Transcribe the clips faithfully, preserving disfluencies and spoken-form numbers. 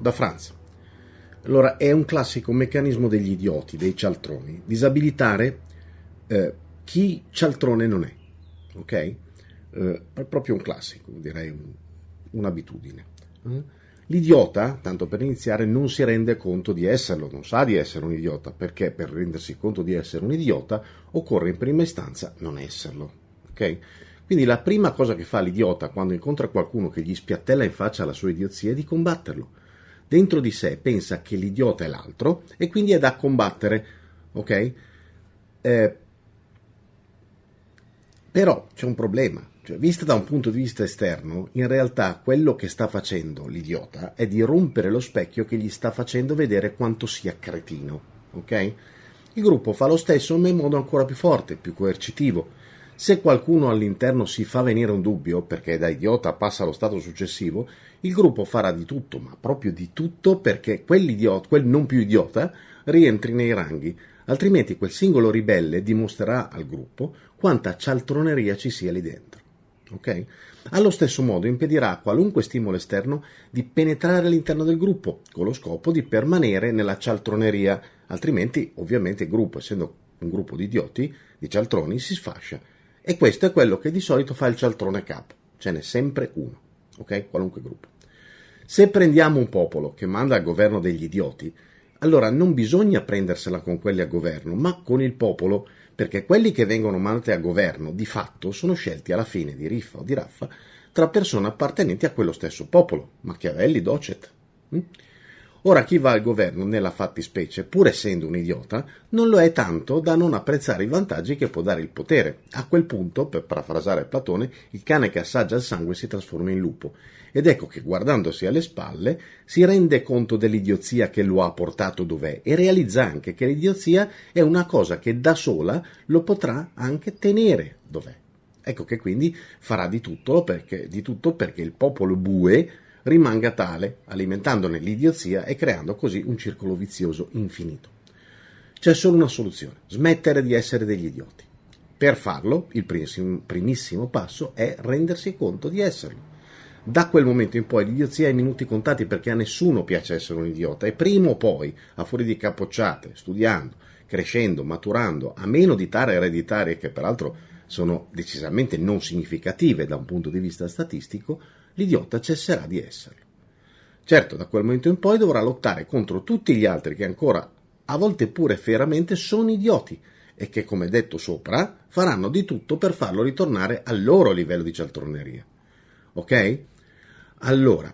da Franz. Allora, è un classico meccanismo degli idioti, dei cialtroni, disabilitare eh, chi cialtrone non è, ok? Eh, è proprio un classico, direi un, un'abitudine. Eh? L'idiota, tanto per iniziare, non si rende conto di esserlo, non sa di essere un idiota, perché per rendersi conto di essere un idiota occorre in prima istanza non esserlo, ok? Quindi la prima cosa che fa l'idiota quando incontra qualcuno che gli spiattella in faccia la sua idiozia è di combatterlo. Dentro di sé pensa che l'idiota è l'altro e quindi è da combattere, ok? Eh, però c'è un problema. Cioè, vista da un punto di vista esterno, in realtà quello che sta facendo l'idiota è di rompere lo specchio che gli sta facendo vedere quanto sia cretino, ok? Il gruppo fa lo stesso ma in modo ancora più forte, più coercitivo. Se qualcuno all'interno si fa venire un dubbio, perché da idiota passa allo stato successivo, il gruppo farà di tutto, ma proprio di tutto, perché quell'idiota, quel non più idiota rientri nei ranghi, altrimenti quel singolo ribelle dimostrerà al gruppo quanta cialtroneria ci sia lì dentro. Okay? Allo stesso modo impedirà a qualunque stimolo esterno di penetrare all'interno del gruppo, con lo scopo di permanere nella cialtroneria, altrimenti ovviamente il gruppo, essendo un gruppo di idioti, di cialtroni, si sfascia. E questo è quello che di solito fa il cialtrone capo, ce n'è sempre uno, ok? Qualunque gruppo. Se prendiamo un popolo che manda al governo degli idioti, allora non bisogna prendersela con quelli al governo, ma con il popolo, perché quelli che vengono mandati al governo di fatto sono scelti alla fine di riffa o di raffa tra persone appartenenti a quello stesso popolo, Machiavelli, Docet. Hm? Ora chi va al governo nella fattispecie, pur essendo un idiota, non lo è tanto da non apprezzare i vantaggi che può dare il potere. A quel punto, per parafrasare Platone, il cane che assaggia il sangue si trasforma in lupo. Ed ecco che, guardandosi alle spalle, si rende conto dell'idiozia che lo ha portato dov'è e realizza anche che l'idiozia è una cosa che da sola lo potrà anche tenere dov'è. Ecco che quindi farà di tutto perché, di tutto perché il popolo bue rimanga tale, alimentandone l'idiozia e creando così un circolo vizioso infinito. C'è solo una soluzione: smettere di essere degli idioti. Per farlo, il primissimo passo è rendersi conto di esserlo. Da quel momento in poi l'idiozia ha i minuti contati, perché a nessuno piace essere un idiota e prima o poi, a fuori di capocciate, studiando, crescendo, maturando, a meno di tare ereditarie che peraltro sono decisamente non significative da un punto di vista statistico, l'idiota cesserà di esserlo. Certo, da quel momento in poi dovrà lottare contro tutti gli altri che ancora, a volte pure fieramente, sono idioti e che, come detto sopra, faranno di tutto per farlo ritornare al loro livello di cialtroneria. Ok? Allora,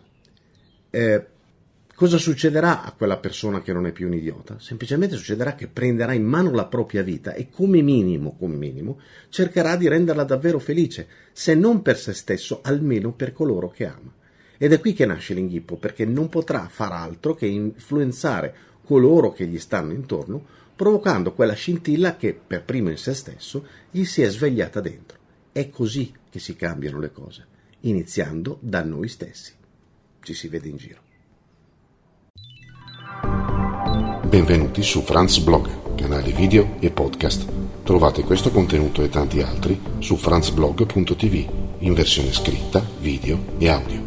eh, cosa succederà a quella persona che non è più un idiota? Semplicemente succederà che prenderà in mano la propria vita e come minimo, come minimo, cercherà di renderla davvero felice, se non per se stesso, almeno per coloro che ama. Ed è qui che nasce l'inghippo, perché non potrà far altro che influenzare coloro che gli stanno intorno, provocando quella scintilla che, per primo in se stesso, gli si è svegliata dentro. È così che si cambiano le cose, iniziando da noi stessi. Ci si vede in giro. Benvenuti su Franz Blog, canale video e podcast. Trovate questo contenuto e tanti altri su franzblog punto tv in versione scritta, video e audio.